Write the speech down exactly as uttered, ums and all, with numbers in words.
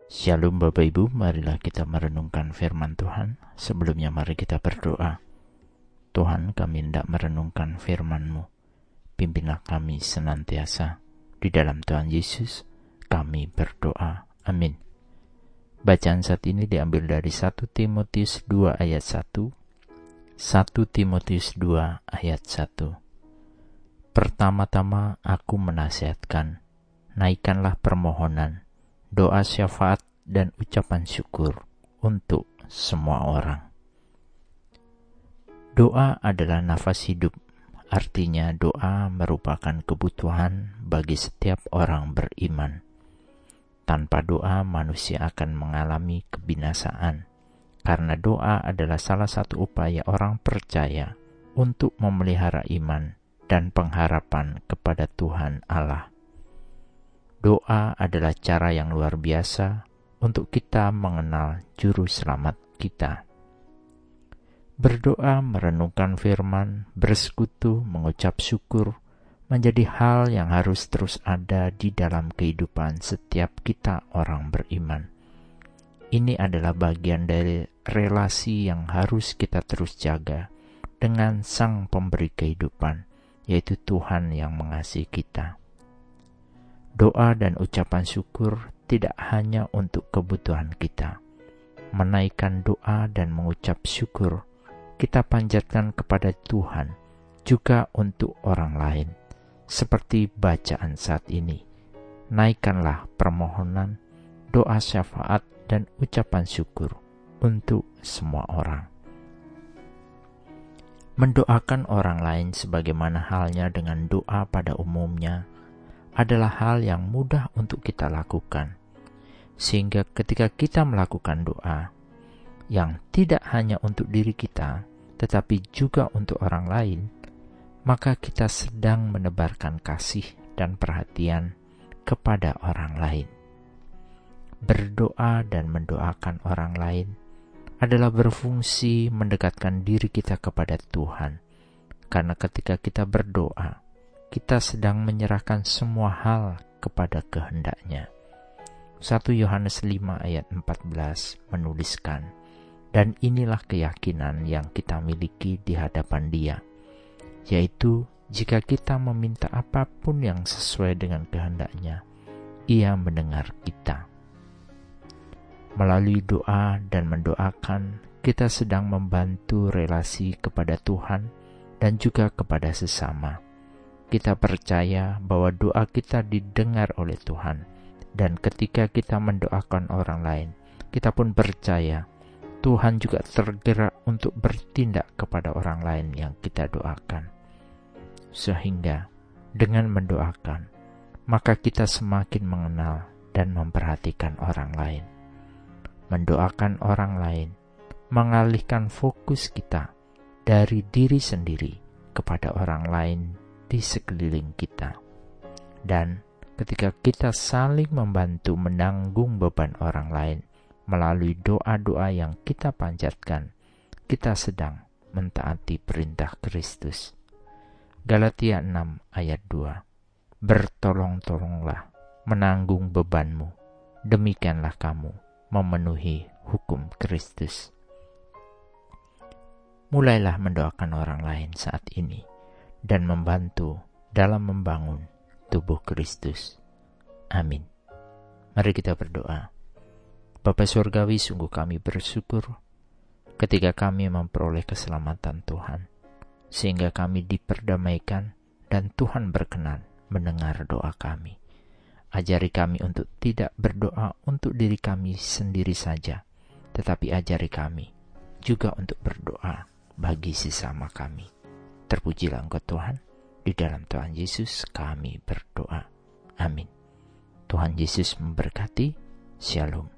Shalom Bapak Ibu, marilah kita merenungkan firman Tuhan. Sebelumnya mari kita berdoa. Tuhan, kami hendak merenungkan firman-Mu. Pimpinlah kami senantiasa. Di dalam Tuhan Yesus, kami berdoa. Amin. Bacaan saat ini diambil dari satu Timotius dua ayat satu. satu Timotius dua ayat satu. Pertama-tama aku menasihatkan, naikkanlah permohonan, doa syafaat dan ucapan syukur untuk semua orang. Doa adalah nafas hidup, artinya doa merupakan kebutuhan bagi setiap orang beriman. Tanpa doa manusia akan mengalami kebinasaan, karena doa adalah salah satu upaya orang percaya untuk memelihara iman dan pengharapan kepada Tuhan Allah. Doa adalah cara yang luar biasa untuk kita mengenal juru selamat kita. Berdoa, merenungkan firman, bersekutu, mengucap syukur, menjadi hal yang harus terus ada di dalam kehidupan setiap kita orang beriman. Ini adalah bagian dari relasi yang harus kita terus jaga dengan Sang Pemberi kehidupan, yaitu Tuhan yang mengasihi kita. Doa dan ucapan syukur tidak hanya untuk kebutuhan kita. Menaikkan doa dan mengucap syukur, kita panjatkan kepada Tuhan juga untuk orang lain. Seperti bacaan saat ini, naikkanlah permohonan, doa syafaat dan ucapan syukur untuk semua orang. Mendoakan orang lain sebagaimana halnya dengan doa pada umumnya adalah hal yang mudah untuk kita lakukan. Sehingga ketika kita melakukan doa yang tidak hanya untuk diri kita, tetapi juga untuk orang lain, maka kita sedang menebarkan kasih dan perhatian kepada orang lain. Berdoa dan mendoakan orang lain adalah berfungsi mendekatkan diri kita kepada Tuhan. Karena ketika kita berdoa, kita sedang menyerahkan semua hal kepada kehendak-Nya. satu Yohanes lima ayat empat belas menuliskan, dan inilah keyakinan yang kita miliki di hadapan Dia, yaitu jika kita meminta apapun yang sesuai dengan kehendak-Nya, Ia mendengar kita. Melalui doa dan mendoakan, kita sedang membantu relasi kepada Tuhan dan juga kepada sesama. Kita percaya bahwa doa kita didengar oleh Tuhan, dan ketika kita mendoakan orang lain, kita pun percaya Tuhan juga tergerak untuk bertindak kepada orang lain yang kita doakan. Sehingga dengan mendoakan, maka kita semakin mengenal dan memperhatikan orang lain. Mendoakan orang lain mengalihkan fokus kita dari diri sendiri kepada orang lain di sekeliling kita. Dan ketika kita saling membantu menanggung beban orang lain melalui doa-doa yang kita panjatkan, kita sedang mentaati perintah Kristus. Galatia enam ayat dua. Bertolong-tolonglah menanggung bebanmu, demikianlah kamu memenuhi hukum Kristus. Mulailah mendoakan orang lain saat ini dan membantu dalam membangun tubuh Kristus. Amin. Mari kita berdoa. Bapa Surgawi, sungguh kami bersyukur ketika kami memperoleh keselamatan Tuhan, sehingga kami diperdamaikan dan Tuhan berkenan mendengar doa kami. Ajari kami untuk tidak berdoa untuk diri kami sendiri saja, tetapi ajari kami juga untuk berdoa bagi sesama kami. Terpujilah Engkau Tuhan, di dalam Tuhan Yesus kami berdoa. Amin. Tuhan Yesus memberkati. Shalom.